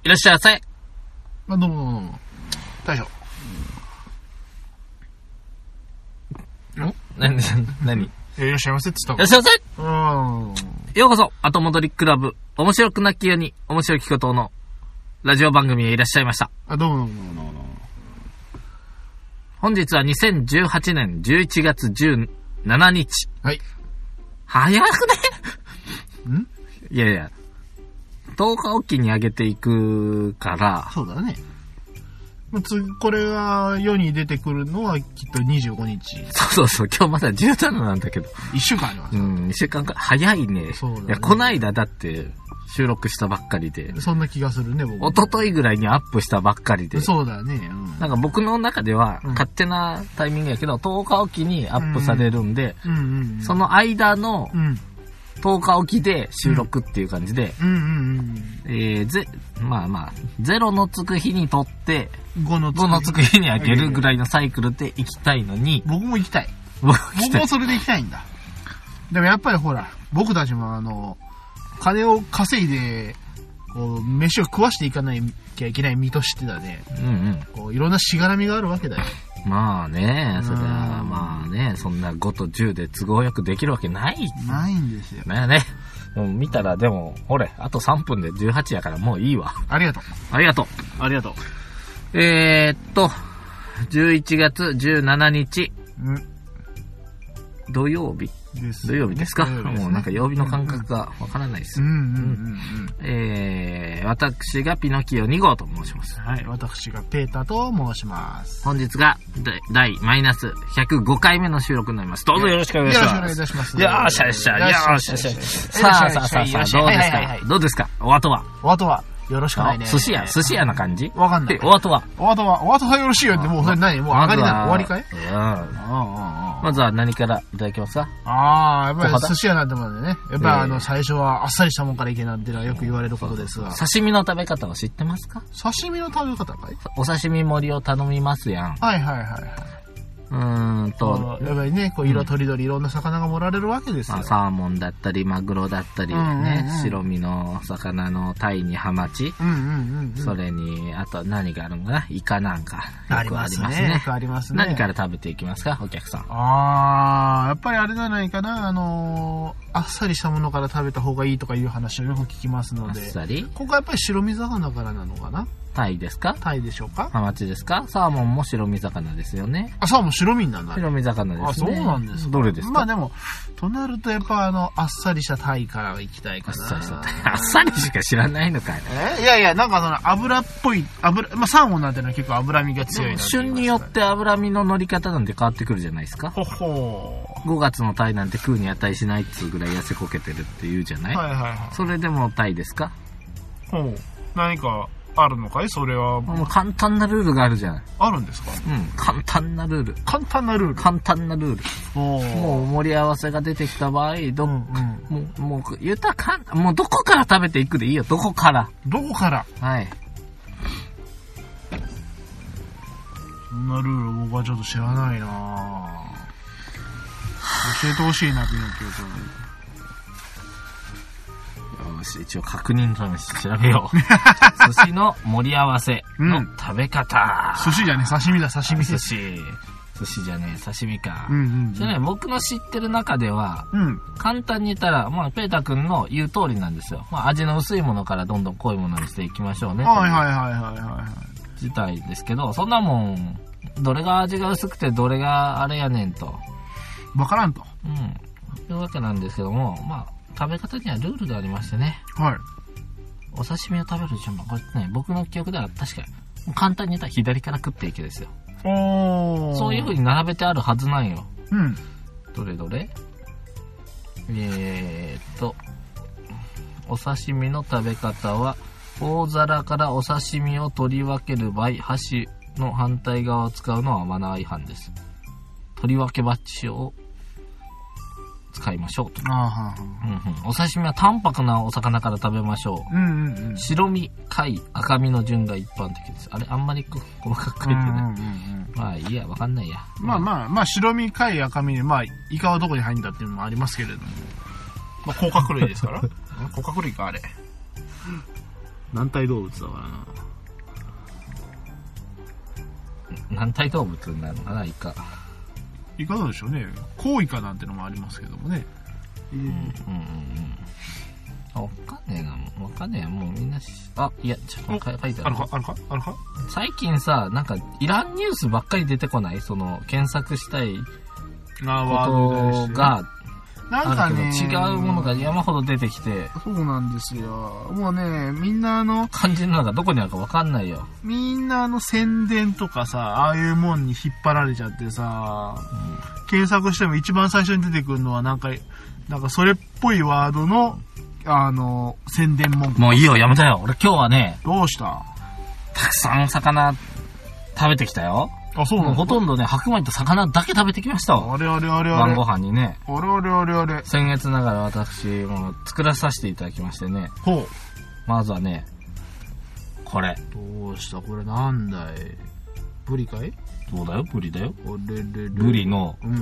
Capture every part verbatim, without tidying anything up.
いらっしゃいませ。 あ、どうもどうもどうも。大将。 ん何何いらっしゃいませって言ったいらっしゃいませ。 うーん。 ようこそ、後戻りクラブ。面白くなきように、面白きことのラジオ番組へいらっしゃいました。 あ、どうもどうもどうもどうも。 本日はにせんじゅうはちねんじゅういちがつじゅうしちにち。 はい。 早くねんいやいや。とおかおきに上げていくから。 そうだね。次、これが世に出てくるのはきっとにじゅうごにち。 そうそうそう。今日まだじゅうなななんだけど。 いっしゅうかんあります。 うん、いっしゅうかんか。早いね。 そうだね。 いや、こないだだって収録したばっかりで。 そんな気がするね、僕。 一昨日ぐらいにアップしたばっかりで。 そうだね。うん、 なんか僕の中では、勝手なタイミングやけど、とおかおきにアップされるんで、 うんうんうん、その間の、 うんとおかおきで収録っていう感じで、 うんうんうんえー、ぜ、まあまあ、ゼロのつく日にとって、 ごのつく日にあげるぐらいのサイクルで行きたいのに、 僕も行きたい。 僕もそれで行きたいんだ。でもやっぱりほら、僕たちもあの、金を稼いで、こう、飯を食わしていかなきゃいけない身としてだね。 うんうん。 こういろんなしがらみがあるわけだよ。 まあね、それはまあね、そんなごとじゅうで都合よくできるわけない。 ないんですよ。 ねね。もう見たらでも、ほれ、あとさんぷんでじゅうはちやからもういいわ。 ありがとう。 ありがとう。 ありがとう。えーっと、じゅういちがつじゅうしちにち。 うん。 土曜日ですね、 土曜日ですか、 ですね、 もうなんか曜日の感覚がわからないです。 うんうんうんうん。 えー、私がピノキオに号と申します。 はい、私がペータと申します。 本日が第マイナスひゃくごかいめの収録になります。どうぞよろしくお願いします。 よろしくお願いいたします。 よーしゃよっしゃ、よーしゃよっしゃ。さあさあさあさあ、どうですかどうですかお後はお後はよろしくないね。 寿司屋、寿司屋な感じわかんない。 お後はお後は、お後はよろしいよって、もうそれ何もう上がりなの終わりかいうん。まずは何からいただきますかああ、やっぱり寿司屋なんてものでね。やっぱりあの、最初はあっさりしたもんからいけなんてのはよく言われることですが。 刺身の食べ方を知ってますか刺身の食べ方かいお刺身盛りを頼みますやん。 はいはいはいはい。 うーんと。 やっぱりね、こう色とりどりいろんな魚が盛られるわけですよ。 まあ、サーモンだったり、マグロだったり、ね、うんうんうん、白身の魚のタイにハマチ。 うんうんうんうん、それに、あと何があるのかなイカなんか。 ありますね。よくありますね。 何から食べていきますかお客さん。 あー、やっぱりあれじゃないかな、あのー、あっさりしたものから食べた方がいいとかいう話をよく聞きますので。 あっさりここはやっぱり白身魚からなのかなタイですかタイでしょうかハマチですかサーモンも白身魚ですよね。 あ、サーモン白身なんだ。 白身魚ですね。 あ、そうなんですか。 どれですかまあでも、となるとやっぱあの、あっさりしたタイから行きたいかな。 あっさりしたタイ。あっさりしか知らないのかい。 えいやいや、なんかその油っぽい、油、まあサーモンなんてのは結構脂身が強いな。 旬によって脂身の乗り方なんて変わってくるじゃないですか。 ほほー。ごがつのタイなんて食うに値しないっつうぐらい痩せこけてるって言うじゃない。 はいはいはい。 それでもタイですかほう。何か、あるのかいそれは。 もう簡単なルールがあるじゃん。 あるんですかうん、簡単なルール。 簡単なルール簡単なルール。もう盛り合わせが出てきた場合、ど、うんうん、もう、もう、言うたらかん、もうどこから食べていくでいいよ、どこから。 どこからはい。 そんなルール僕はちょっと知らないなぁ。教えてほしいな、ピノキオ君。 よし、一応確認のために調べよう。寿司の盛り合わせの食べ方。 うん、寿司じゃねえ、刺身だ、刺身。 寿司。寿司じゃねえ、刺身か。 うんうんうん、 じゃね、僕の知ってる中では、 うん、 簡単に言ったら、まあ、ペータ君の言う通りなんですよ。まあ、味の薄いものからどんどん濃いものにしていきましょうね。 はいはいはいはいはいはい。 自体ですけど、そんなもん、どれが味が薄くてどれがあれやねんと。 わからんと。 うん。いうわけなんですけども、まあ、食べ方にはルールがありましてね。 はい。 お刺身を食べる順番、これね、僕の記憶では確かに、簡単に言ったら左から食っていけですよ。 おー。 そういう風に並べてあるはずなんよ。 うん。 どれどれえーっと、お刺身の食べ方は、大皿からお刺身を取り分ける場合、箸の反対側を使うのはマナー違反です。取り分け鉢を使いましょうと。 あーはーはー、 うんうん、お刺身は淡白なお魚から食べましょう。 うんうんうん、 白身、貝、赤身の順が一般的です。あれ、あんまり細かく書いてない。うんうんうん、まあいいや、わかんないや。 まあまあ、まあ白身、貝、赤身で、まあイカはどこに入るんだっていうのもありますけれども。まあ甲殻類ですから。甲殻類か、あれ。 軟体動物だからな。 軟体動物になるのかな、イカ。 イカなんでしょうね。コウイカなんてのもありますけどもね。 うんうんうんうん。あ、わかんねえな、もう。わかんねえや、もうみんなし、あ、いや、ちょっと書いてある。 あるかあるかあるか最近さ、なんか、いらんニュースばっかり出てこない？その、検索したいことが、 なんかね、 違うものが山ほど出てきて。 そうなんですよ。もうね、みんなあの、 肝心なのがどこにあるかわかんないよ。 みんなあの宣伝とかさ、ああいうもんに引っ張られちゃってさ、うん、検索しても一番最初に出てくるのはなんか、なんかそれっぽいワードの、あの、宣伝文句。 もういいよ、やめたよ。俺今日はね、 どうした？ たくさん魚食べてきたよ。 あ、そうなの？ ほとんどね、白米と魚だけ食べてきましたわ。 あれあれあれあれ。 晩ご飯にね。 あれあれあれあれ。 先月ながら私、もう作らさせていただきましてね。 ほう。 まずはね、これ。 どうしたこれなんだい？ブリかい？ そうだよ、ブリだよ。 れれれブリの、 うん。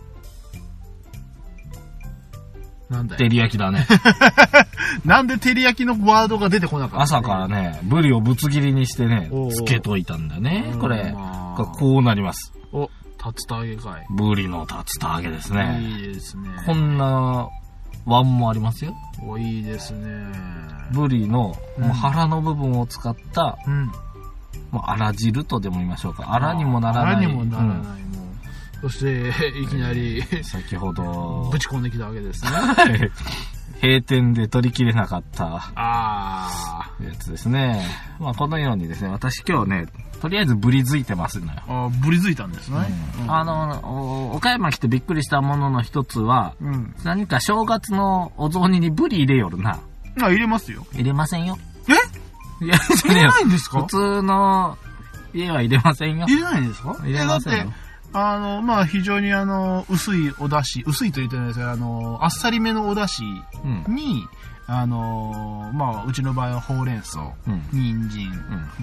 なんだい？ 照り焼きだね。 なんで照り焼きのワードが出てこなかった？ 朝からね、ブリをぶつ切りにしてね、つけといたんだね。これ、こうなります。 お、竜田揚げかい。 ブリの竜田揚げですね。 いいですね。 こんなワンもありますよ。 お、いいですね。 ブリの、もう腹の部分を使った、 うん。 もうあら汁とでも言いましょうか。あらにもならない。 あらにもならない。うん、もうそして、いきなり、 えー、先ほど、 ぶち込んできたわけですね。 閉店で取り切れなかった、 あやつですね。まあこのようにですね、私今日ね、とりあえずブリづいてますのよ。 あ、ブリづいたんですね。 うんうん、あの、岡山来てびっくりしたものの一つは、うん、何か正月のお雑煮にブリ入れよるな。 あ、入れますよ。 入れませんよ。 え？いや、入れないんですか？ 普通の家は入れませんよ。 入れないんですか？ 入れませんよ。 あの、まあ、非常にあの、薄いお出汁、薄いと言ってないですけど、あの、あっさりめのお出汁に、うん、あの、まあ、うちの場合はほうれん草、うん、人参、うん、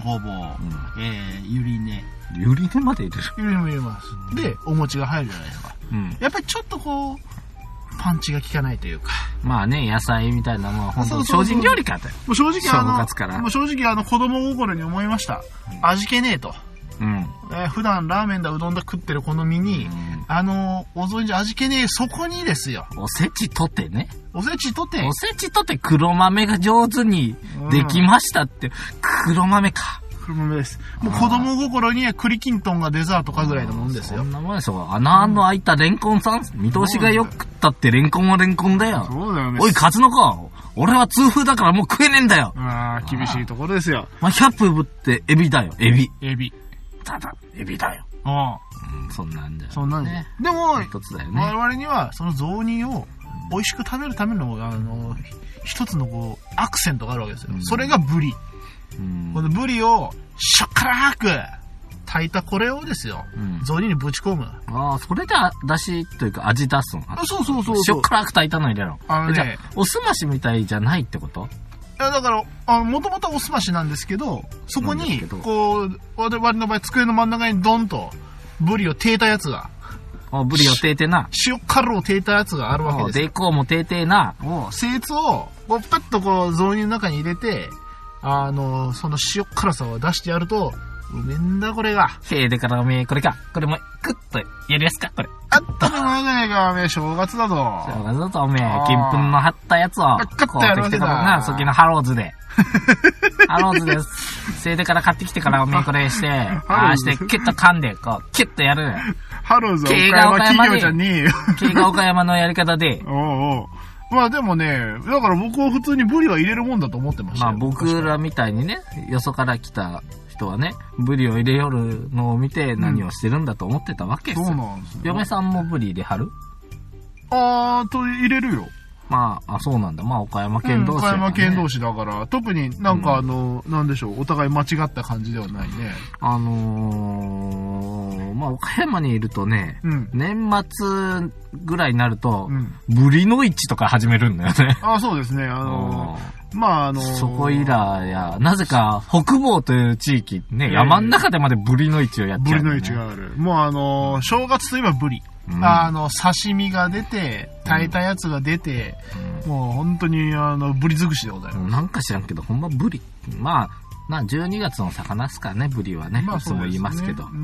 ごぼう、うん、えー、ゆり根。 ゆり根まで入れる？ ゆり根も入れます。うん、で、お餅が入るじゃないですか。うん、やっぱりちょっとこう、パンチが効かないというか。まあね、野菜みたいなものは本当精進料理かと。 もう正直あの、 正月からもう正直あの、子供心に思いました。味気ねえと。うん、えー、普段ラーメンだうどんだ食ってるこの身に、うん、あのお雑煮じゃ味気ねえそこにですよ。 おせちとてね。 おせちとて。 おせちとて黒豆が上手にできましたって、うん、黒豆か。 黒豆です。もう子供心には栗きんとんがデザートかぐらいのもんですよ。 そんなもんですよ。穴の開いたレンコンさん、見通しがよくったってレンコンはレンコンだよ。 そうだよね。 おい、カツノコ。俺は痛風だからもう食えねえんだよ。 ああ、厳しいところですよ。 まあ、ひゃっぷぶってエビだよ、エビ。 エビ。 ただ、エビだよ。 ああ。 うん、そんなんだよ、ね。 そんなんね。でも、 一つだよね。 我々には、その雑煮を美味しく食べるための、あの、一つのこう、アクセントがあるわけですよ。うん、それがブリ。うん、このブリを、しょっからく炊いたこれをですよ。うん、雑煮にぶち込む。 ああ、それでだしというか味出すの。 あ、そうそうそうそう。 しょっからく炊いたの入れるの。 あのね、 じゃあ、おすましみたいじゃないってこと？ いや、だから、あもともとはおすましなんですけど、そこに、こう、我々の場合、机の真ん中にドンと、ブリを炊いたやつが。 あ、ブリを炊いてな。 塩辛を炊いたやつがあるわけです。 デコも炊いてな。 精津を、こう、パッとこう、雑煮の中に入れて、あの、その塩辛さを出してやると、うめんだ、これが。 へえ、でからおめえ、これか。これも、グッとやりやすか、これ。 あったらないじゃないか、おめえ、正月だぞ。 正月だぞ、おめえ。金粉の張ったやつを。 買ってやるわけだ。 な、そっきのハローズで。ハローズです。せいでから買ってきてからおめえこれして、ああして、キュッと噛んで、こう、キュッとやる。 ハローズは岡山企業じゃねえよ。 経が岡山のやり方で。 おうおう。まあでもね、だから僕は普通にブリは入れるもんだと思ってましたよ。 まあ僕らみたいにね、よそから来た人はね、ブリを入れよるのを見て何をしてるんだと思ってたわけですよ。 そうなんですよ。 嫁さんもブリ入れはる？ あーと入れるよ。 まあ、あ、そうなんだ。まあ、岡山県同士、ねうん、岡山県同士だから、特になんかあの、うん、なんでしょう、お互い間違った感じではないね。 あのー、まあ、岡山にいるとね、うん、年末ぐらいになると、うん、ブリの市とか始めるんだよね。 あ、そうですね。あのー、 まああのー、 そこいらや、なぜか北房という地域ね、山の中でまでブリの市をやっちゃう、ね。 ブリの市がある。もうあのー、正月といえばブリ。うん、あの、刺身が出て、炊いたやつが出て、うん、もう本当にあの、ブリ尽くしでございます。 なんか知らんけど、ほんまブリ。まあ、な、じゅうにがつの魚っすかね、ブリはね。まあ、そう言いますけど。うん。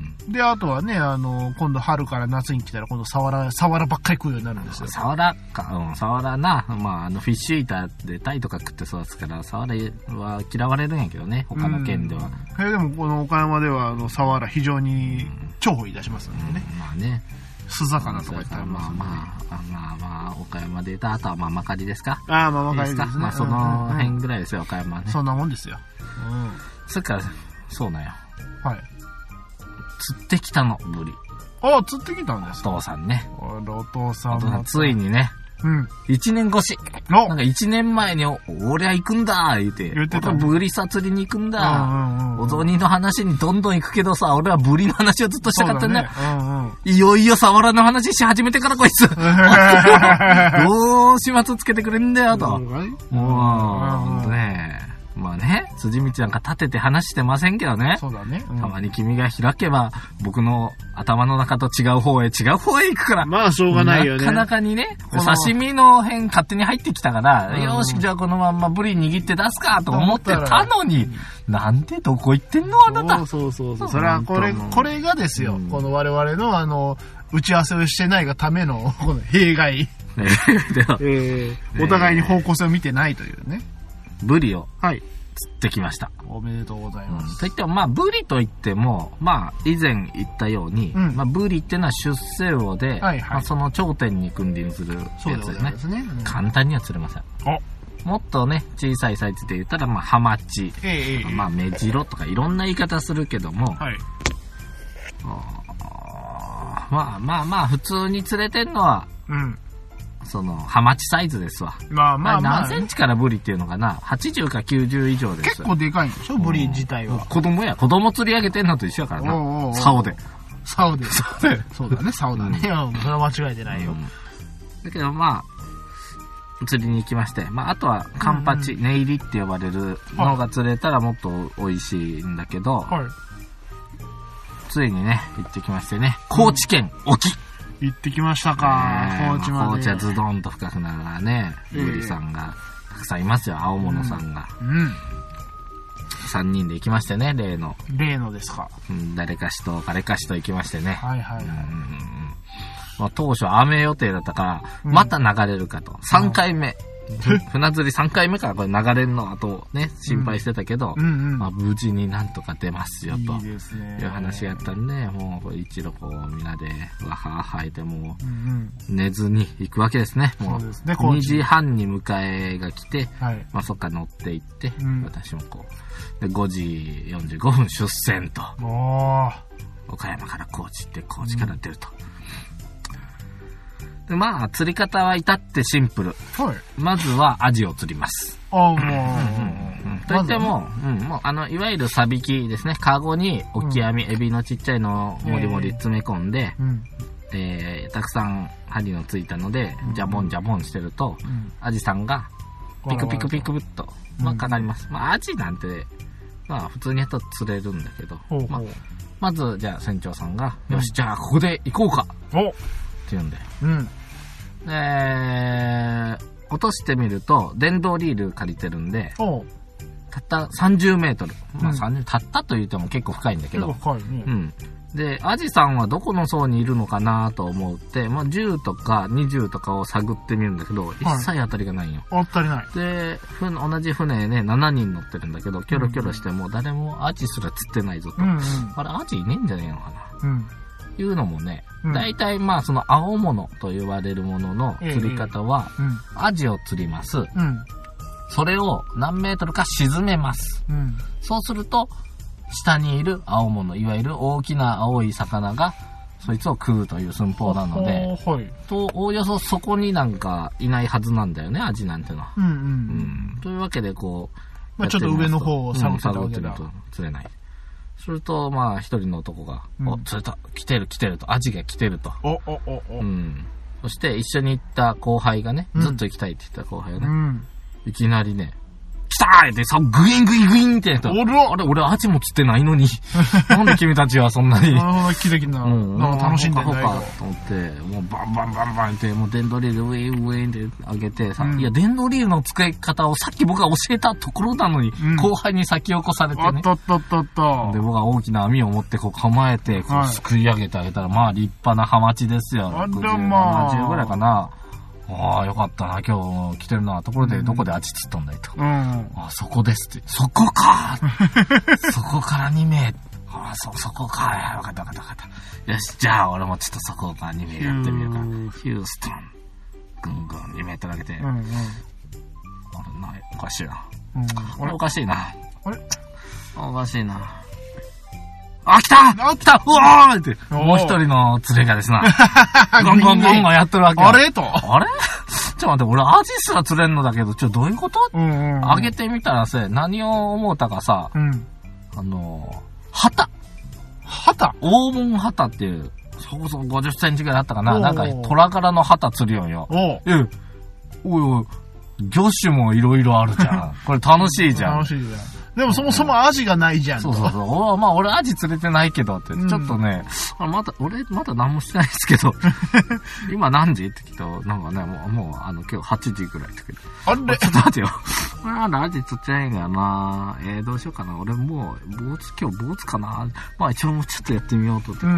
で、あとはね、あの、今度春から夏に来たら、今度サワラ、サワラばっかり食うようになるんですよ。 サワラか、うん、サワラな。まあ、あの、フィッシュイーターでタイとか食って育つから、サワラは嫌われるんやけどね、他の県では。 うん、でも、この岡山では、あの、サワラ非常に重宝いたしますのでね。 うん、まあね。 巣魚とか言ったらまあまあ、まあまあ、岡山で言ったあとはまあまかりですか。 ああ、まあまかりですね。 まあその辺ぐらいですよ、岡山ね。 そんなもんですよ。 うん。それから、そうなんよ。 はい。 釣ってきたの、ブリ。 ああ、釣ってきたんですか。 お父さんね。 お父さん。 お父さん、ついにね。 うん。 一年越し。なんか一年前に、俺は行くんだ言うて。 言ってた。 ブリさ釣りに行くんだ。お雑煮の話にどんどん行くけどさ、俺はブリの話をずっとしたかったんだよ。いよいよサワラの話し始めてからこいつ。どう始末つけてくれんだよ、と。もう、ほんとね。まあね、筋道なんか立てて話してませんけどね。 そうだね。 うん、たまに君が開けば、僕の頭の中と違う方へ違う方へ行くから。 まあ、しょうがないよね。 なかなかにね、お刺身の辺勝手に入ってきたから、うん、よし、じゃあこのまんまブリ握って出すかと思ってたのに、なんでどこ行ってんのあなた。 そうそうそう。それはこれ、これがですよ。うん、この我々のあの、打ち合わせをしてないがための、この弊害。えー、お互いに方向性を見てないというね。 ブリを。 はい。 釣ってきました。 おめでとうございます。 うん、といっても、まあ、ブリといっても、まあ、以前言ったように、うん、まあ、ブリっていうのは出世魚で、はいはい、まあ、その頂点に君臨するやつですね。うん、簡単には釣れません。もっとね、小さいサイズで言ったら、まあ、ハマチ、えー、まあ、メジロとかいろんな言い方するけども、はい、まあまあまあ、普通に釣れてんのは、うんその、ハマチサイズですわ。 まあまあまあ。 何センチからブリっていうのかな ?はちじゅうかきゅうじゅう以上です。 結構でかいんでしょブリ自体は。 子供や。子供釣り上げてんのと一緒やからな。おうおうおう竿で。 竿で。竿で。そうだね、竿だね。いや、それは間違えてないよ。うん、 だけどまあ、釣りに行きまして。まあ、あとは、カンパチ、うんうん、ネイリって呼ばれるのが釣れたらもっと美味しいんだけど、はい、ついにね、行ってきましてね、高知県沖。 行ってきましたか、 えー、高知まで。高知はズドンと深くなるからね、ブリさんがたくさんいますよ、青物さんが。うん。うん、さんにんで行きましてね、例の。 例のですか。 うん、誰かしと彼かしと行きましてね。 はいはいはい。うんまあ、当初雨予定だったから、また流れるかと。さんかいめ。船釣りさんかいめからこれ流れんのあとね、心配してたけど、うんうんうん、まあ無事になんとか出ますよと。いいですね。いう話やったんで、もうこれ一路こうみんなでわはは吐いてもう寝ずに行くわけですね。もうそうですね、にじはんに迎えが来て、はい、まあそっから乗って行って、うん、私もこう、でごじよんじゅうごふん出船と。岡山から高知行って高知から出ると。うんでまあ、釣り方は至ってシンプル。はい。まずはアジを釣ります。ああ、もう。といっても、うん、もう、あの、いわゆるサビキですね。カゴに、オキアミ、エビのちっちゃいのをもりもり詰め込んで、えー、たくさん針のついたので、ジャボンジャボンしてると、アジさんが、ピクピクピクピクと、まあ、かかります。まあ、アジなんて、まあ、普通にやったら釣れるんだけど、まあ、まず、じゃあ、船長さんが、よし、じゃあ、ここで行こうかって言うんで。うん。で、落としてみると、電動リール借りてるんで、たったさんじゅうメートル。まあ、さんじゅう、たったと言っても結構深いんだけど。深いね。うん。で、アジさんはどこの層にいるのかなと思って、まあ、じゅうとかにじゅうとかを探ってみるんだけど、一切当たりがないよ。 当たりない。 で、ふ同じ船ね、しちにん乗ってるんだけど、キョロキョロしても誰もアジすら釣ってないぞと。うんうん、あれ、アジいねえんじゃねえのかな。うんいうのもね、大体まあその青物と言われるものの釣り方は、アジを釣ります。うん、それを何メートルか沈めます。うん、そうすると、下にいる青物、いわゆる大きな青い魚が、そいつを食うという寸法なので、はい、と、おおよそそこになんかいないはずなんだよね、アジなんてのは。うんうんうん、というわけでこう、 まあ、ちょっと上の方を探ってたわけだ。 うん、探ってると釣れない。すると、まあ、一人の男が、うん、お、釣れた、来てる来てると、アジが来てると。お、お、お、お。うん。そして、一緒に行った後輩がね、うん、ずっと行きたいって言った後輩がね、うん、 いきなりね、来たーってさ、グイングイングインってやった。あれ、俺アジも釣ってないのに。なんで君たちはそんなに。 ああ、キラキラな。うん。なんか楽しんでんだよ。 と思って、もうバンバンバンバンって、もう電動リールウェイウェイって上げてさ、うん、いや、電動リールの使い方をさっき僕が教えたところなのに、うん、後輩に先を越されてね。 あったあったあったあった。 で、僕が大きな網を持ってこう構えて、こうすくい上げてあげたら、はい、まあ立派なハマチですよ。 あらまあ。 ななじゅうぐらいかな。ああ、よかったな、今日来てるな。ところで、どこでアジ釣ったんだいと。うん。ああ、そこですって。そこかそこからにめい。ああ、そ、そこか。わかったわかったわかった。よし、じゃあ、俺もちょっとそこからにめいやってみようか。ヒューストン。ぐんぐんにメートル上げて。うんうん。あれ、な、おかしいな。うん。あれ、おかしいな。 あれおかしいな。あ、来たあ、来たうわーって、もう一人の連れがですな。ガンガンガンガンやってるわけ。 あれと。 あれちょっと待って、俺アジすら釣れんのだけど、ちょ、どういうこと、うんうんうん、上げてみたらさ、何を思うたかさ、うん、あの、旗。 旗黄金旗っていう、そこそこごじゅっセンチぐらいあったかな。なんか、虎柄の旗釣るよんよ。おう。え、おいおい、魚種もいろいろあるじゃん。これ楽しいじゃん。 楽しいじゃん。でもそもそもアジがないじゃん。 そうそうそう。俺まあ俺アジ釣れてないけどって、ちょっとね、うん、まだ、俺まだ何もしてないですけど、今何時って聞いたら、なんかね、もう、もう、あの、今日はちじぐらいって聞いて。 あれちょっと待ってよ。まだアジ釣ってないんだよな。えー、どうしようかな。俺もう、ボーツ、今日ボーツかな。まあ一応もうちょっとやってみようとって。うん、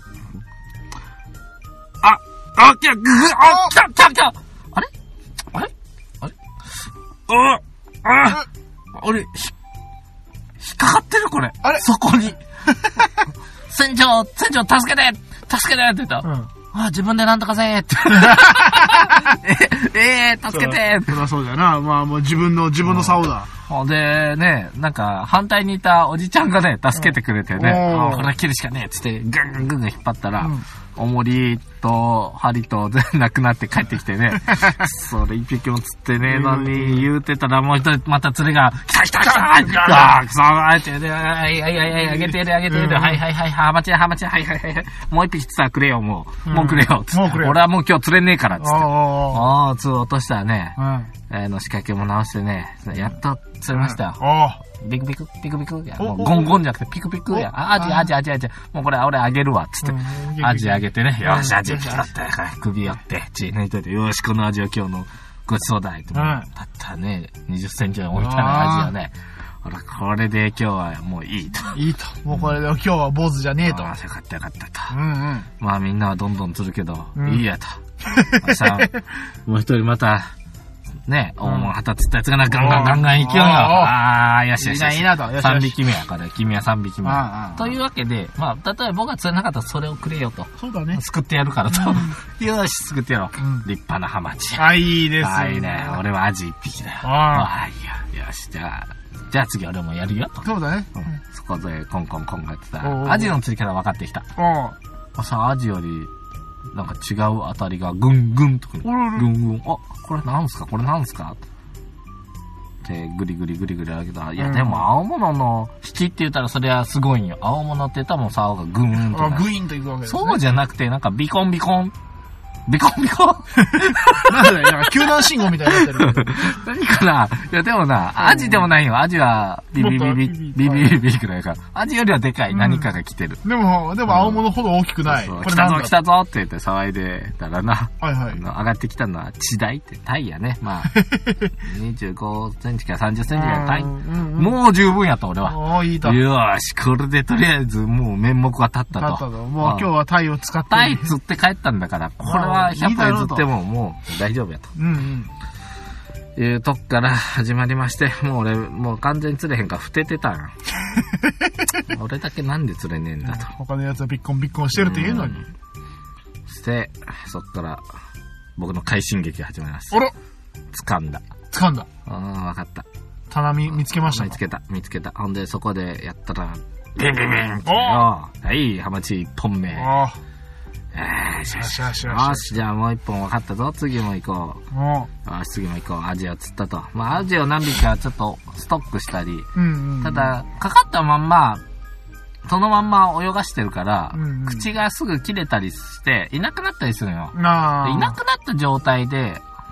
ああ、来たぐあ来た来た来たあれあれあれああ俺、ひ、引っかかってるこれ。 あれそこに。船長、船長助けて助けてって言った。うん、あ、自分でなんとかせーって。え、えー、助けてそりゃそうだよな。まあもう自分の、自分の竿だ。 ほんで、ね、なんか、反対にいたおじちゃんがね、助けてくれてね、あ、これは切るしかねえっつって、ぐんぐんぐんぐん引っ張ったら、うん、重りと針と全部なくなって帰ってきてね、それ一匹も釣ってねえのに、言うてたらもう一人また釣りが、来た来た来たああ、くそーって、はいはいはいはい、あげてやれあげてやれ、はいはいはい、ハマチハマチ、はいはいはい、もう一匹釣ったらくれよ、もう。もうくれよ。俺はもう今日釣れねえから、つって。ああ、釣ろうとしたらね、あの仕掛けも直してね、やっと釣れましたよ。ビクビク、ピクピク。もうゴンゴンじゃなくてピクピクや。アジ、アジ、アジ、アジ。もうこれ俺あげるわ、つって。アジあげてね。よし、アジ引き取って、首寄って、血抜いといて、よし、このアジを今日のごちそうだい。だったらね、にじゅっセンチ置いたらアジをね。ほら、これで今日はもういいと。 いいと。もうこれで今日は坊主じゃねえと。 ああ、よかったよかったと。うんうん。まあみんなはどんどん釣るけど、いいやと。明日、もう一人また、ね、大物旗釣ったやつがな、ガンガンガンガン行きようよ。ああ、よしよし。いいな、いいなと。さんびきめやから、君はさんびきめ。というわけで、まあ、例えば僕が釣れなかったらそれをくれよと。 そうだね。 救ってやるからと。よし、救ってやろう。立派なハマチ。 あ、いいですね。 あ、いいね。俺はアジ一匹だよ。ああ、いいや。よし、じゃあ、じゃあ次俺もやるよと。 そうだね。 そこでコンコンコンやってたら、アジの釣り方分かってきた。さあ、アジより、なんか違うあたりがぐんぐんとくる。ぐんぐん。あ、これなんすかこれなんすかってぐりぐりぐりぐりあげたら、いやでも青物の引きって言ったらそれはすごいんよ。青物って言ったらもう竿がぐんと。 あ、ぐいんといくわけですね。 そうじゃなくて、なんかビコンビコン。ビコンビコンなんだよ、なんか救難信号みたいになってる。 何かないやでもな、アジでもないよ。アジはビビビビ、ビビビビくらいから。アジよりはでかい何かが来てる。 でも、でも青物ほど大きくない。 来たぞ来たぞって言って騒いでたらな。はいはい。上がってきたのは地台ってタイやね。まあ、にじゅうごセンチからさんじゅっセンチぐらいタイ。もう十分やった俺は。 おー、いいと。 よーし、これでとりあえずもう面目は立ったと。立ったと。 もう今日はタイを使って。 タイ釣って帰ったんだから、これはひゃっぱい釣ってももう大丈夫やと。うんうん。いうとこから始まりまして、もう俺、もう完全に釣れへんから、ふててたん。俺だけなんで釣れねえんだと。 他のやつはビッコンビッコンしてるって言うのに。 そして、そっから、僕の快進撃が始まります。 あら掴んだ。 掴んだ。 ああ、わかった。 棚見、見つけました見つけた、見つけた。ほんで、そこでやったら、ビンビンビンってよ。はい、ハマチ一本目。ああ。よしよしよしよし。じゃあもう一本分かったぞ。次も行こう。よし、次も行こう。アジを釣ったと。まあ、アジを何匹かちょっとストックしたり。ただ、かかったまんま、そのまんま泳がしてるから、うんうん、口がすぐ切れたりして、いなくなったりするのよ。いなくなった状態で、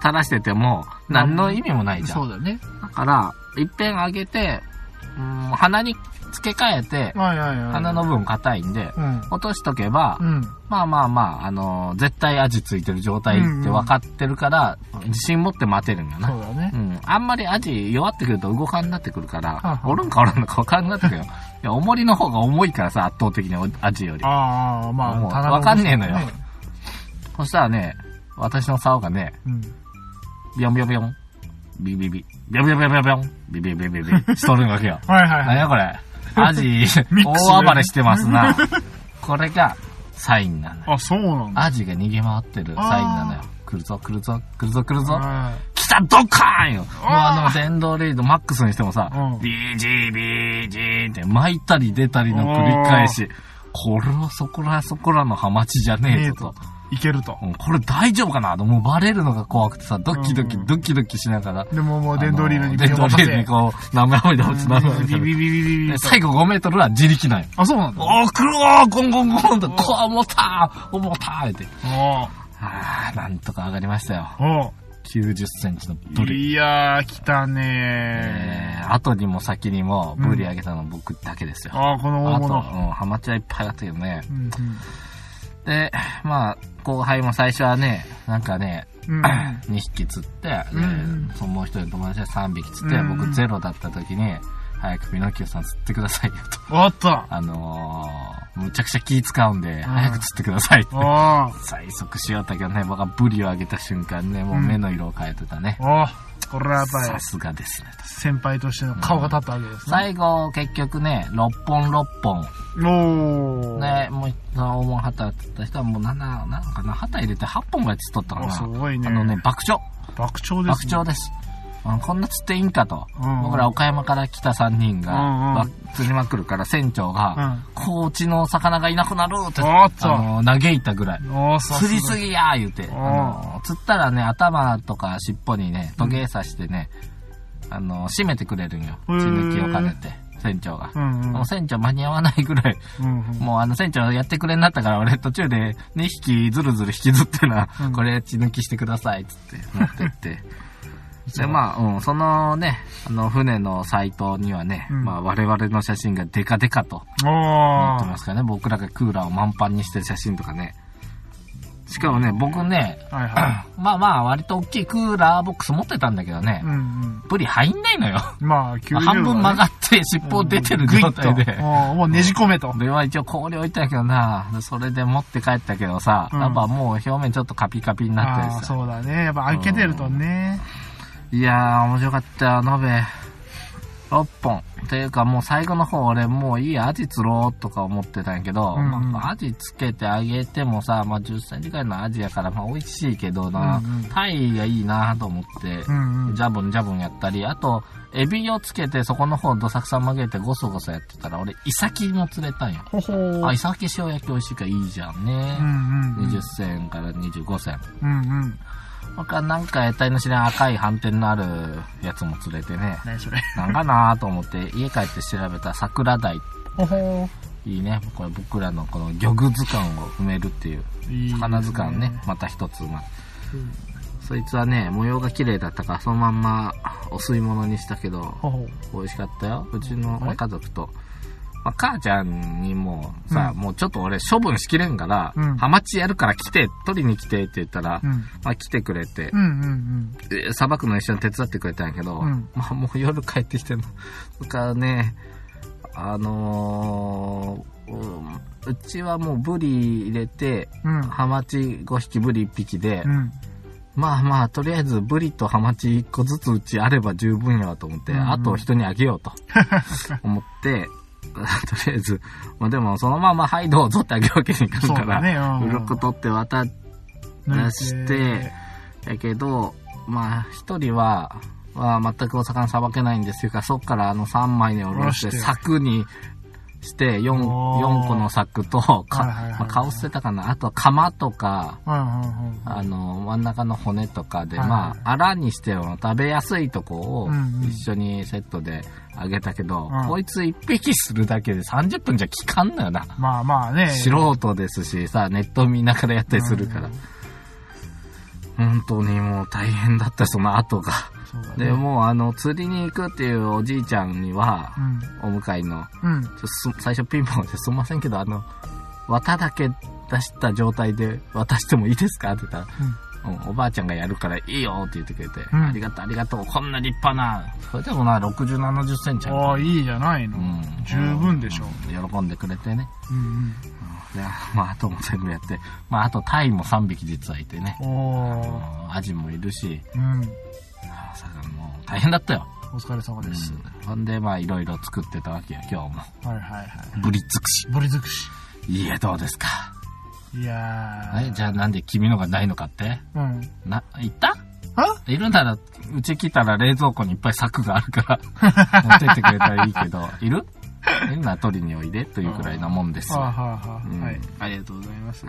垂らしてても、何の意味もないじゃん。 そうだね。 だから、一遍揚げて、うん、鼻に付け替えて、 はいはいはい、 鼻の部分硬いんで、うん、落としとけば、うん、まあまあまあ、あのー、絶対味ついてる状態って分かってるから、うんうん、自信持って待てるんだな。 そうだね。 うん。あんまり味弱ってくると動かんなってくるから、ははおるんかおらんのか分かんなってくるよ。いや、重りの方が重いからさ、圧倒的に味より。 ああ、まあ、 もう分かんねえのよ。そしたらね、私の竿がね、うん、ビヨンビヨンビヨン、ビビビ、ビヨンビヨンビヨンビヨン、ビビビビビビ、しとるわけよ。 はいはいはい。 何やこれ。アジ、大暴れしてますな。これがサインなのよ。 あ、そうなんだ。 アジが逃げ回ってるサインなのよ。来るぞ来るぞ来るぞ来るぞ。来たドカーンよ。もうあの電動レードマックスにしてもさ、ビージービージーって巻いたり出たりの繰り返し。これはそこらそこらのハマチじゃねえぞと。 いけると、 うん。これ大丈夫かなと、もうバレるのが怖くてさ、ドキドキ、ドキドキしながら。 でももう電動リールに電動リールにこう、なめなめで落ちながら。ビビビビビビ。最後ごメートルは自力なんよ。 あ、そうなんだ。 おー、来るわーゴンゴンゴンと、こう、重たー重たーって。おー。あー、なんとか上がりましたよ。おー。きゅうじゅっセンチのブリ。 いやー、来たねー。えー、後にも先にもブリ上げたの僕だけですよ。 あー、この大物。 あと、うん、ハマチはいっぱいあったけどね。うんうんで、まあ、後輩も最初はね、なんかね、うん、にひき釣って、うん、そのもう一人の友達はさんびき釣って、うん、僕ゼロだった時に、早くピノキオさん釣ってくださいよと。 おっとあのー、むちゃくちゃ気使うんで、うん、早く釣ってくださいって。催促しよったけどね、僕がブリを上げた瞬間ね、もう目の色を変えてたね。 うんこれはやっぱりさすがですね。 先輩としての顔が立ったわけですね。うん、 最後、結局ね、ろっぽんろっぽん。おー。ね、もう、大門旗釣った人はもうなな、なんかな、旗入れてはっぽんぐらい釣っとったかな。 すごいね。 あのね、爆鳥。 爆鳥ですね。 爆鳥です。こんな釣っていいんかと。うんうん、僕ら岡山から来たさんにんが、うんうん、釣りまくるから船長が、うん、高知の魚がいなくなるって、あの、嘆いたぐらい。釣りすぎやー言うて。あの釣ったらね、頭とか尻尾にね、トゲ刺してね、うん、あの、締めてくれるんよ。血抜きを兼ねて。船長が。うんうん、もう船長間に合わないぐらい、うんうん、もうあの船長やってくれになったから俺途中でにひきずるずる引きずってな、うん、これ血抜きしてくださいっつって持ってって。で、まあ、うん、そのね、あの、船のサイトにはね、うん、まあ、我々の写真がデカデカと、なってますからね、僕らがクーラーを満帆にしてる写真とかね。しかもね、僕ね、はいはい、まあまあ、割と大きいクーラーボックス持ってたんだけどね、うんうん、ブリ入んないのよ。まあ、きゅうじゅう、ね、半分曲がって尻尾出てる状態で。 うん、もうねじ込めと。 では一応氷置いたんやけどな、それで持って帰ったけどさ、うん、やっぱもう表面ちょっとカピカピになってるさ。 そうだね、やっぱ開けてるとね。 いやー、面白かったよ、延べろっぽん。っていうかもう最後の方俺もういいや、アジ釣ろうとか思ってたんやけど、うんうん、まあ、アジつけてあげてもさ、まあじゅっセンチぐらいのアジやからまあ美味しいけどな、うんうん、タイがいいなと思って、うんうん、ジャブンジャブンやったり、あと、エビをつけてそこの方どさくさ曲げてゴソゴソやってたら俺、イサキも釣れたんよ。ほほあ、イサキ塩焼き美味しいからいいじゃんね。うんうんうん、にじゅっせんからにじゅうごせん。うんうん他なんか得体の知らん赤い斑点のあるやつも釣れてね。 何それなんかなーと思って家帰って調べた桜鯛。ほほいいね。これ僕らのこの漁具図鑑を埋めるっていう。魚図鑑ね。また一つま、うん。そいつはね、模様が綺麗だったからそのまんまお吸い物にしたけど、ほほ美味しかったよ。うちの家族と。まあ、母ちゃんにもさ、うん、もうちょっと俺処分しきれんから、うん、ハマチやるから来て、取りに来てって言ったら、うん、まあ来てくれて、うんうんうん、さばくの一緒に手伝ってくれたんやけど、うん、まあもう夜帰ってきてんの。だからね、あのー、う, うちはもうブリ入れて、うん、ハマチごひきブリいっぴきで、うん、まあまあとりあえずブリとハマチいっこずつうちあれば十分やわと思って、うんうん、あと人にあげようと思って、とりあえず、まあ、でもそのままはいどうぞってあげるわけにいかんから、ね、鱗取って渡して、やけど、まあ一人は、まあ、全くお魚さばけないんですが、そっからあのさんまいにおろして柵にしてよん、よんこの柵と、か、はいはいはいはい、まあ、顔捨てたかな。あと釜とか、はいはいはいはい、あの、真ん中の骨とかで、はいはいはい、まあ、アラにしても食べやすいとこを一緒にセットであげたけど、うんうん、こいつ一匹するだけでさんじゅっぷんじゃ効かんのよな。 まあまあね。 素人ですしさ、ネット見ながらやったりするから。 本当にもう大変だった、その後が。 そうだね。 で、もうあの、釣りに行くっていうおじいちゃんには、 うん、 お迎えの、 うん。 ちょす最初ピンポンですみませんけど、あの、綿だけ出した状態で渡してもいいですかって言ったら、うん、おばあちゃんがやるからいいよって言ってくれて、うん、ありがとうありがとう、こんな立派な、それでもな、ろくじゅう、ななじゅっセンチある。 ああ、いいじゃないの。うん、十分でしょ、 うん。喜んでくれてね。 うんうん。 で、まあ、あとも全部やって、まあ、あとタイもさんびき実はいてね。 おアジもいるし、 うん。 魚も大変だったよ。 お疲れ様です。 うん、ほんで、まあ、いろいろ作ってたわけよ、今日も。 はいはいはい。 ブリ尽くし。 ブリ尽くし。 いいえ、どうですか。 いやー。 え、じゃあなんで君のがないのかって？うん。な、言った？ あ？ いるなら、うち来たら冷蔵庫にいっぱい柵があるから、持ってってくれたらいいけど、いる？いるなら取りにおいでというくらいなもんですよ。 はあはあはあ、うん、はい。ありがとうございます。 はい。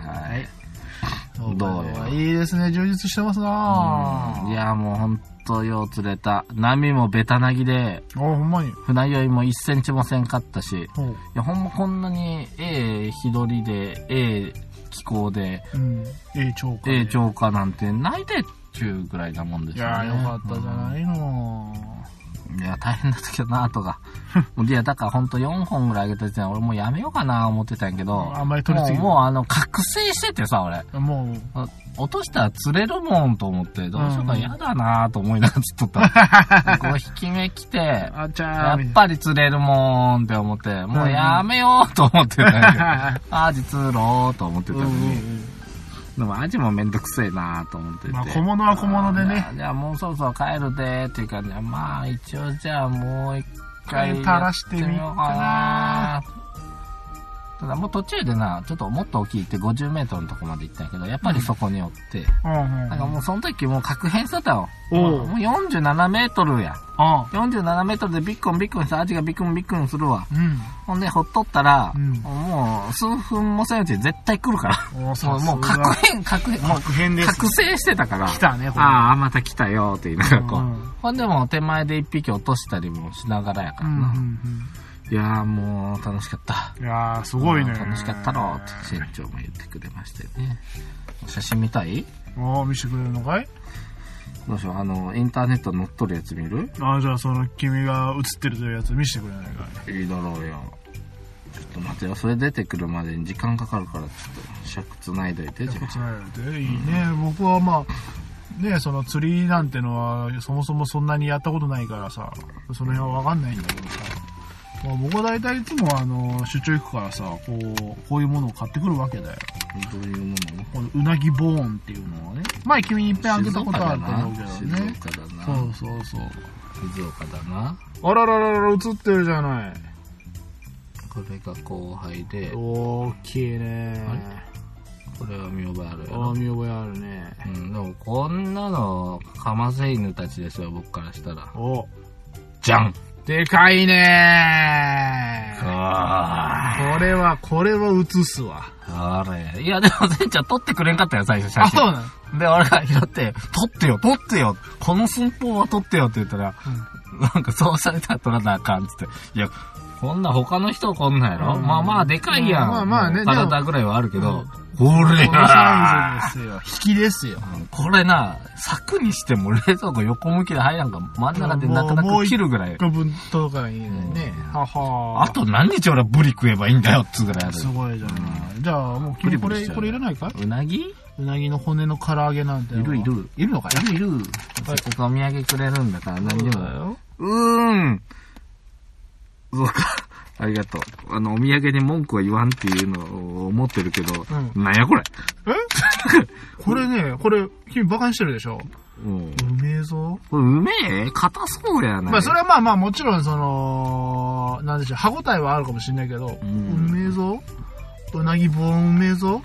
どうよ。いいですね、充実してますなぁ。 いや、もうほんとよう釣れた。波もベタなぎで、 あ、ほんまに。 船酔いもいっセンチもせんかったし、いや、ほんまこんなにええ日取りで、ええ気候で、 うん、ええ超過。 ええ超過なんてないでっちゅうぐらいなもんですよね。 いや、よかったじゃないの。 いや、大変だったけどな、後が。いや、だからほんとよんほんぐらいあげた時点で俺もうやめようかな思ってたんやけど、 あんまり取りすぎもう、もうあの、覚醒しててさ、俺。 もう、 落としたら釣れるもんと思って、どうしようか嫌だなと思いながら釣っとった。こう引き目来て、 あちゃやっぱり釣れるもんって思って、もうやめようと思ってたんやけど、アジ釣ろうと思ってたのに。でもアジもめんどくせえなと思ってて。 まあ小物は小物でね。 じゃあもうそろそろ帰るでっていうかね、まあ一応じゃあもう一回垂らしてみようかな。 ただもう途中でな、ちょっともっと大きいってごじゅうメートルのとこまで行ったんやけど、やっぱりそこにおって、うんうんうん、なんかもうその時もう確変してたよ。もうよんじゅうななメートルや。よんじゅうななメートルでビッコンビッコンしてアジがビッコンビッコンするわ。うん、ほんでほっとったら、うん、もう数分もせんうちに絶対来るから。もうもう確変、確変、もう確変です。 覚醒してたから。 来たね、これ。 ああ、また来たよって言いながらこう。うんうん、ほんでも手前で一匹落としたりもしながらやからな。うんうんうん、いやーもう楽しかった。 いやーすごいね。 楽しかったろって船長も言ってくれましたよね。写真見たい？ ああ、見せてくれるのかい？ どうしよう、あの、インターネット載っとるやつ見る？ ああ、じゃあその君が写ってるというやつ見せてくれないかい？ いいだろうよ。ちょっと待ってよ、それ出てくるまでに時間かかるから、ちょっと尺繋いどいて。 尺繋いどいて。いいね。うん、僕はまあ、ね、その釣りなんてのはそもそもそんなにやったことないからさ、その辺はわかんないんだけどさ。まあ、僕は大体いつもあの出張行くからさ、こうこういうものを買ってくるわけだよ。 どういうもの？ このうなぎボーンっていうのをね、前君にいっぺんあげたことあると思うけどね。 静岡だな。 そうそうそう。 静岡だな。 あらららら、映ってるじゃない。 これが後輩で。 大きいね。 これは見覚えあるよ。 ああ、見覚えあるね。 うん、でもこんなのかませ犬たちですよ、僕からしたら。 お、 じゃん。 でかいねー。これは、これは映すわ。 あれ。いや、でも、せんちゃん撮ってくれんかったよ、最初写真。 あ、そうなので、俺が拾って、撮ってよ、撮ってよ。この寸法は撮ってよって言ったら、うん、なんかそうされたら撮らなあかんって言って。いや、こんな他の人こんなんやろ、うん、まあまあでかいやん。まあまあね。体ぐらいはあるけど、これこのサイズですよ。引きですよ。 これな、柵にしても冷蔵庫横向きで入らんか、真ん中でなかなか切るぐらい。 一個分届かないんだよね。ははあと何日俺はブリ食えばいいんだよっつうぐらいある。 すごいじゃない。じゃあもう君これ、これいらないか？ うなぎ？ うなぎの骨の唐揚げなんて。 いるいる。 いるのかいるいる。せっかくお土産くれるんだから何でも。うーん。そうか。ありがとう。あの、お土産に文句は言わんっていうのを思ってるけど、うん、なんやこれ。 えこれね、これ、君バカにしてるでしょ？うん。うめえぞ。 これうめえ？硬そうやな。 まあそれはまあまあもちろんその、なんでしょう、歯応えはあるかもしれないけど、うん、うめえぞ。うなぎボーンうめえぞ。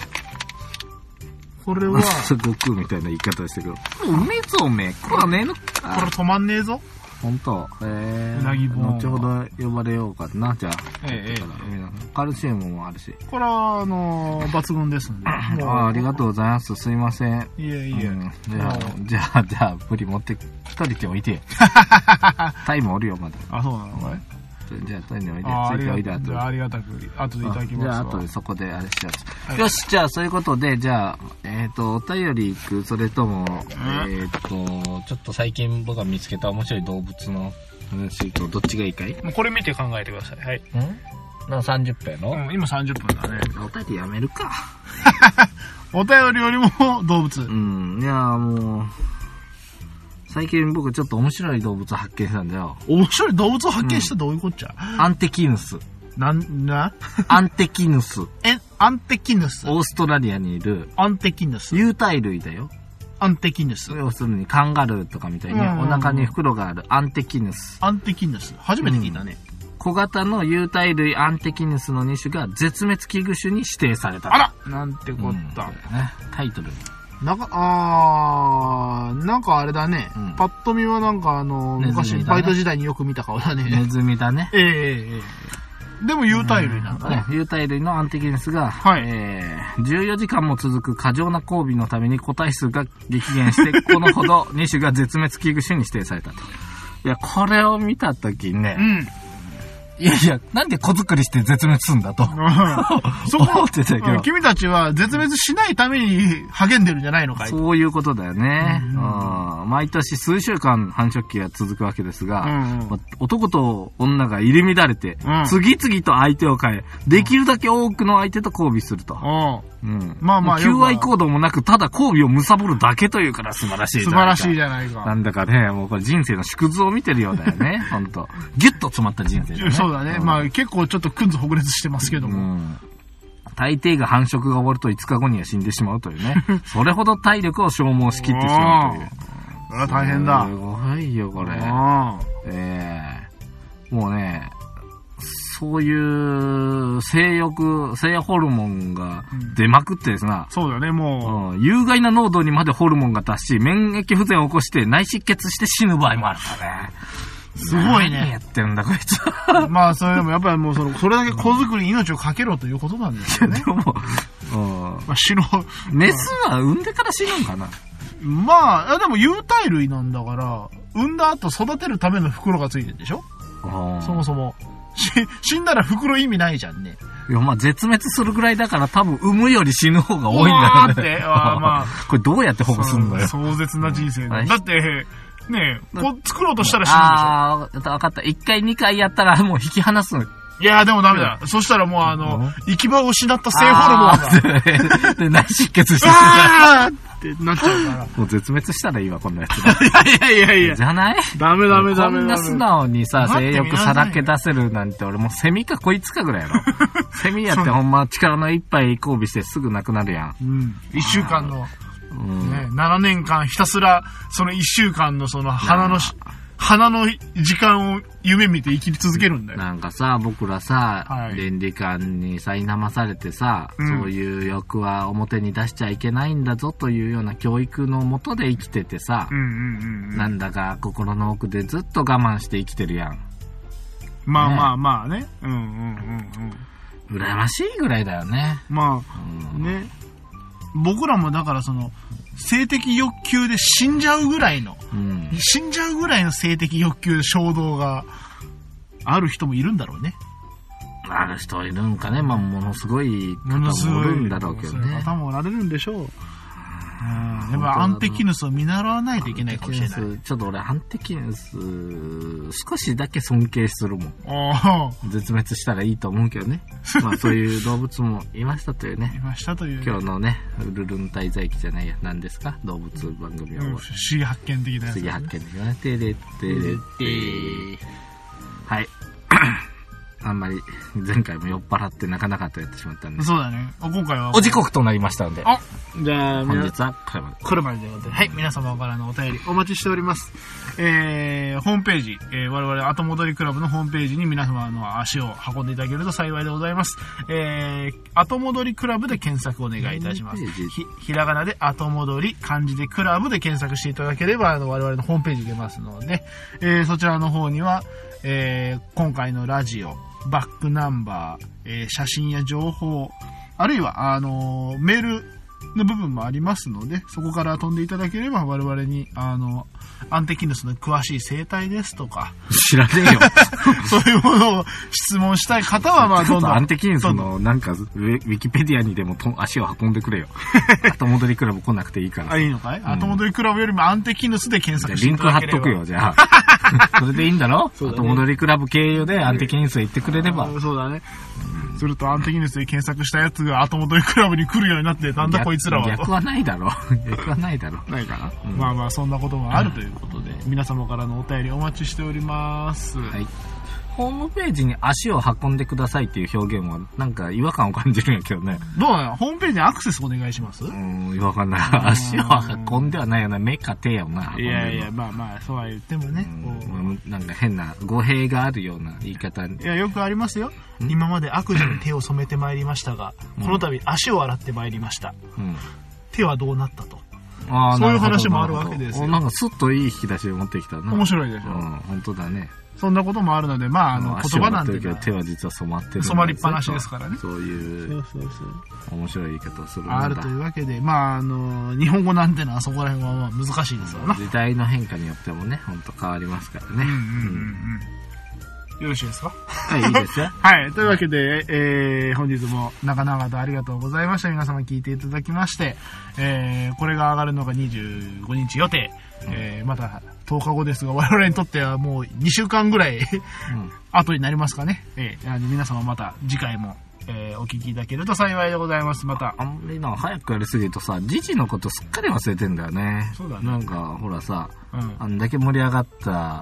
これは。 悟空みたいな言い方してるけど。うめえぞおめえ。これはねえのか。 これ止まんねえぞ。 ほんと、えー、 うなぎボーン。 後ほど呼ばれようかな、じゃあ。 ええ、 カルシウムもあるし。 これは、あのー、抜群ですんで。 ああ、ありがとうございます。すいません。 いえいえ。うん、 じゃあ、じゃあ、じゃあ、ブリ持って、一人って置いてよ。タイもおるよ、まだ。 あ、そうなのこれ。 じゃあ、一人に置いて、ついておいで、あと。 じゃあ、ありがたく、後でいただきますわ。 じゃあ、後でそこであれしやつ。 はい、 よし、じゃあそういうことで、じゃあ、えっ、ー、と、お便り行く、それとも、うん、えっ、ー、と、ちょっと最近僕が見つけた面白い動物の話とどっちがいいかい？ もうこれ見て考えてください。はい。 んなさんじゅっぷんやろ？ うん、今さんじゅっぷんだね。 お便りやめるか。 お便りよりも動物。 うん、いやもう、最近僕ちょっと面白い動物を発見したんだよ。 面白い動物を発見したどういうこっちゃ、 うん、アンテキヌス。 なん、なアンテキヌス。 え、アンテキヌス。 オーストラリアにいる。 アンテキヌス。 有袋類だよ。 アンテキヌス。 要するにカンガルーとかみたいに、お腹に袋があるアンテキヌス。 アンテキヌス。初めて聞いたね。 うん、小型の有袋類アンテキヌスのに種が絶滅危惧種に指定された。 あらなんてこった。うんね、タイトル。 なんか、あー、なんかあれだね。うん、パッと見はなんかあの、ね、昔バイト時代によく見た顔だね。 ネズミだね。 ええええ。でも有袋類なんだね。 有袋類のアンテキヌスが、はい、えー、じゅうよじかんも続く過剰な交尾のために個体数が激減して、このほどに種が絶滅危惧種に指定されたと。いや、これを見たときね、うん、いやいや、なんで子作りして絶滅すんだと。 そこ思ってたけど、君たちは絶滅しないために励んでるんじゃないのかい？ そういうことだよね。うん、毎年数週間繁殖期が続くわけですが、うんうん、男と女が入り乱れて、うん、次々と相手を変え、できるだけ多くの相手と交尾すると。うん、まあまあ、求愛行動もなく、ただ交尾を貪るだけというから素晴らしいじゃないか。 素晴らしいじゃないか。 なんだかね、もうこれ人生の縮図を見てるようだよね。ほんと。ギュッと詰まった人生だね。 そうだね。うん、まあ結構ちょっとくんずほぐれつしてますけども。うん、 大抵が繁殖が終わるといつかごには死んでしまうというね。それほど体力を消耗しきってしまうという。 それは大変だ。 すごいよ、これ。ええー、もうね、そういう性欲、性ホルモンが出まくってですな。 うん、そうだね、もう、うん。有害な濃度にまでホルモンが達し、免疫不全を起こして内出血して死ぬ場合もあるからね。 すごいね。 何やってんだ、こいつ。 まあ、それでもやっぱりもうその、それだけ子作りに命をかけろということなんですよね。でも、うん。まあ、死の。 メスは産んでから死ぬんかな。 まあ、でも有袋類なんだから、産んだ後育てるための袋がついてるでしょ？そもそも。し、死んだら袋意味ないじゃんね。 いや、まあ、絶滅するぐらいだから多分産むより死ぬ方が多いんだよね。 って、あまあ。 これどうやって保護すんのよ。 壮絶な人生だ。だって、ねえ、こう作ろうとしたら死ぬでしょ。ああ、わかった。いっかいにかいやったらもう引き離すの。 いやでもダメだ。そしたらもうあの、行き場を失った性ホルモンが。で、内出血して。 あーってなっちゃうから。 もう絶滅したらいいわ、こんなやつ。 いやいやいやいや。 じゃない？ ダメダメダメダメ。 こんな素直にさ、性欲さらけ出せるなんて俺もうセミかこいつかぐらいやろ。セミやってほんま力のいっぱい交尾してすぐ亡くなるやん。 うん。一週間の、うんね、ななねんかんひたすら、その一週間のその花のし、花の時間を夢見て生き続けるんだよ。 なんかさ、僕らさ、はい、倫理観に苛まされてさ、うん、そういう欲は表に出しちゃいけないんだぞというような教育のもとで生きててさ、うんうんうんうん、なんだか心の奥でずっと我慢して生きてるやん。 まあまあまあね。うんうんうんうん。羨ましいぐらいだよね。 まあ、うん、ね。僕らもだからその、性的欲求で死んじゃうぐらいの、うん、死んじゃうぐらいの性的欲求衝動がある人もいるんだろうね。 ある人いるんかね。まあ、ものすごい方もおるんだろうけどね。 方もおられるんでしょう。うん、やっぱアンテキヌスを見習わないといけないかもしれない。 ちょっと俺アンテキヌス少しだけ尊敬するもん。絶滅したらいいと思うけどね。まあそういう動物もいましたというね。 いましたという。 今日のね、ウルルン滞在記じゃないや、何ですか動物番組は。 不思議発見的なやつ、 ね。不思議発見的なね。てれてれてはい。あんまり前回も酔っ払ってなかなかとやってしまったんで。 そうだね。今回は。 お時刻となりましたので。 あじゃあ、 本日はこれまで。 これまでということで。はい。皆様からのお便りお待ちしております。えー、ホームページ、えー、我々後戻りクラブのホームページに皆様の足を運んでいただけると幸いでございます。えー、後戻りクラブで検索をお願いいたします。ひ、ひらがなで後戻り、漢字でクラブで検索していただければ、あの、我々のホームページ出ますので、えー、そちらの方には、えー、今回のラジオ、バックナンバー、えー、写真や情報、あるいは、あのー、メールの部分もありますので、そこから飛んでいただければ我々に、あのー、 アンテキヌスの詳しい生態ですとか。 知らねえよ。 そういうものを質問したい方は、まあ、どんどん。 アンテキヌスの、なんかウィ、ウィキペディアにでもと足を運んでくれよ。後戻りクラブ来なくていいから。 あ、いいのかい、うん、後戻りクラブよりもアンテキヌスで検索していただければ。 リンク貼っとくよ、じゃあ。それでいいんだろう、ね、後戻りクラブ経由でアンテキヌスへ行ってくれれば。 そうだね。うん、するとアンテキヌスで検索したやつが後戻りクラブに来るようになって、なんだこいつらはと。 逆はないだろう。逆はないだろう。 ないかな、うん、まあまあ、そんなこともあるということで、うん、皆様からのお便りお待ちしております。 はい。ホームページに足を運んでくださいっていう表現はなんか違和感を感じるんやけどね。 どうなの？ホームページにアクセスお願いします？うーん、違和感ない。足を運んではないよな。目か手やな。 いやいや、まあまあ、そうは言ってもね。 なんか変な語弊があるような言い方。いや、よくありますよ。今まで悪事に手を染めてまいりましたが、この度足を洗ってまいりました。うん、手はどうなったと。あ、そういう話もあるわけですよ。 なんかスッといい引き出しを持ってきたな。 面白いでしょ。 うん、本当だね。 そんなこともあるので、まあ、あの、言葉なんて、ね。 手は実は染まってる。 染まりっぱなしですからね。 そういう、そうそうそう。面白い言い方をするんだ。 あるというわけで、まあ、あの、日本語なんてのはそこら辺はまあ難しいですわな。 時代の変化によってもね、ほんと変わりますからね。うんうんうんうん。 よろしいですか？ はい、いいですよ。 はい。というわけで、えー、本日も長々とありがとうございました。皆様聞いていただきまして、えー、これが上がるのがにじゅうごにち予定。うん、えー、またとおかごですが、我々にとってはもうにしゅうかんぐらい、うん、後になりますかね。えー、皆様また次回も、えー、お聞きいただけると幸いでございます。また。 あんまりな、早くやりすぎるとさ、時事のことすっかり忘れてんだよね。 そうだね。 なんか、ほらさ、うん、あんだけ盛り上がった、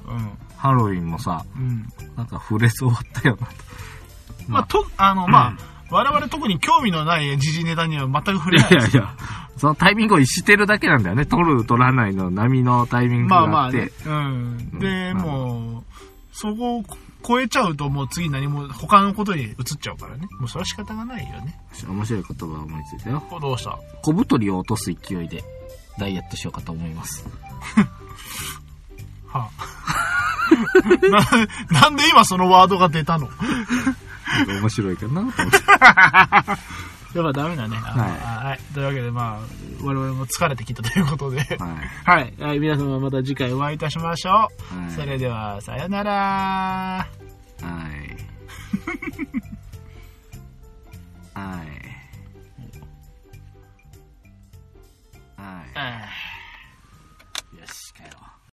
うん、ハロウィンもさ、うん、なんか触れず終わったよなと。 まあ、と、あの、まあ、うん、我々特に興味のない時事ネタには全く触れないです。 いやいや、そのタイミングをしてるだけなんだよね。取る、取らないの波のタイミングがあって。まあまあね。 うん。で、うん、もう、そこを超えちゃうともう次何も他のことに移っちゃうからね。もうそれは仕方がないよね。 面白い言葉を思いついたよ。 どうした？ 小太りを落とす勢いでダイエットしようかと思います。 はあ、な, なんで今そのワードが出たの？ 面白いかなと思って。 やっぱダメだね。はい。はい。というわけで、まあ、我々も疲れてきたということで。はい。はい。はい。皆様また次回お会いいたしましょう。はい、それでは、さよなら。はい。 はい。はい。よし、帰ろう。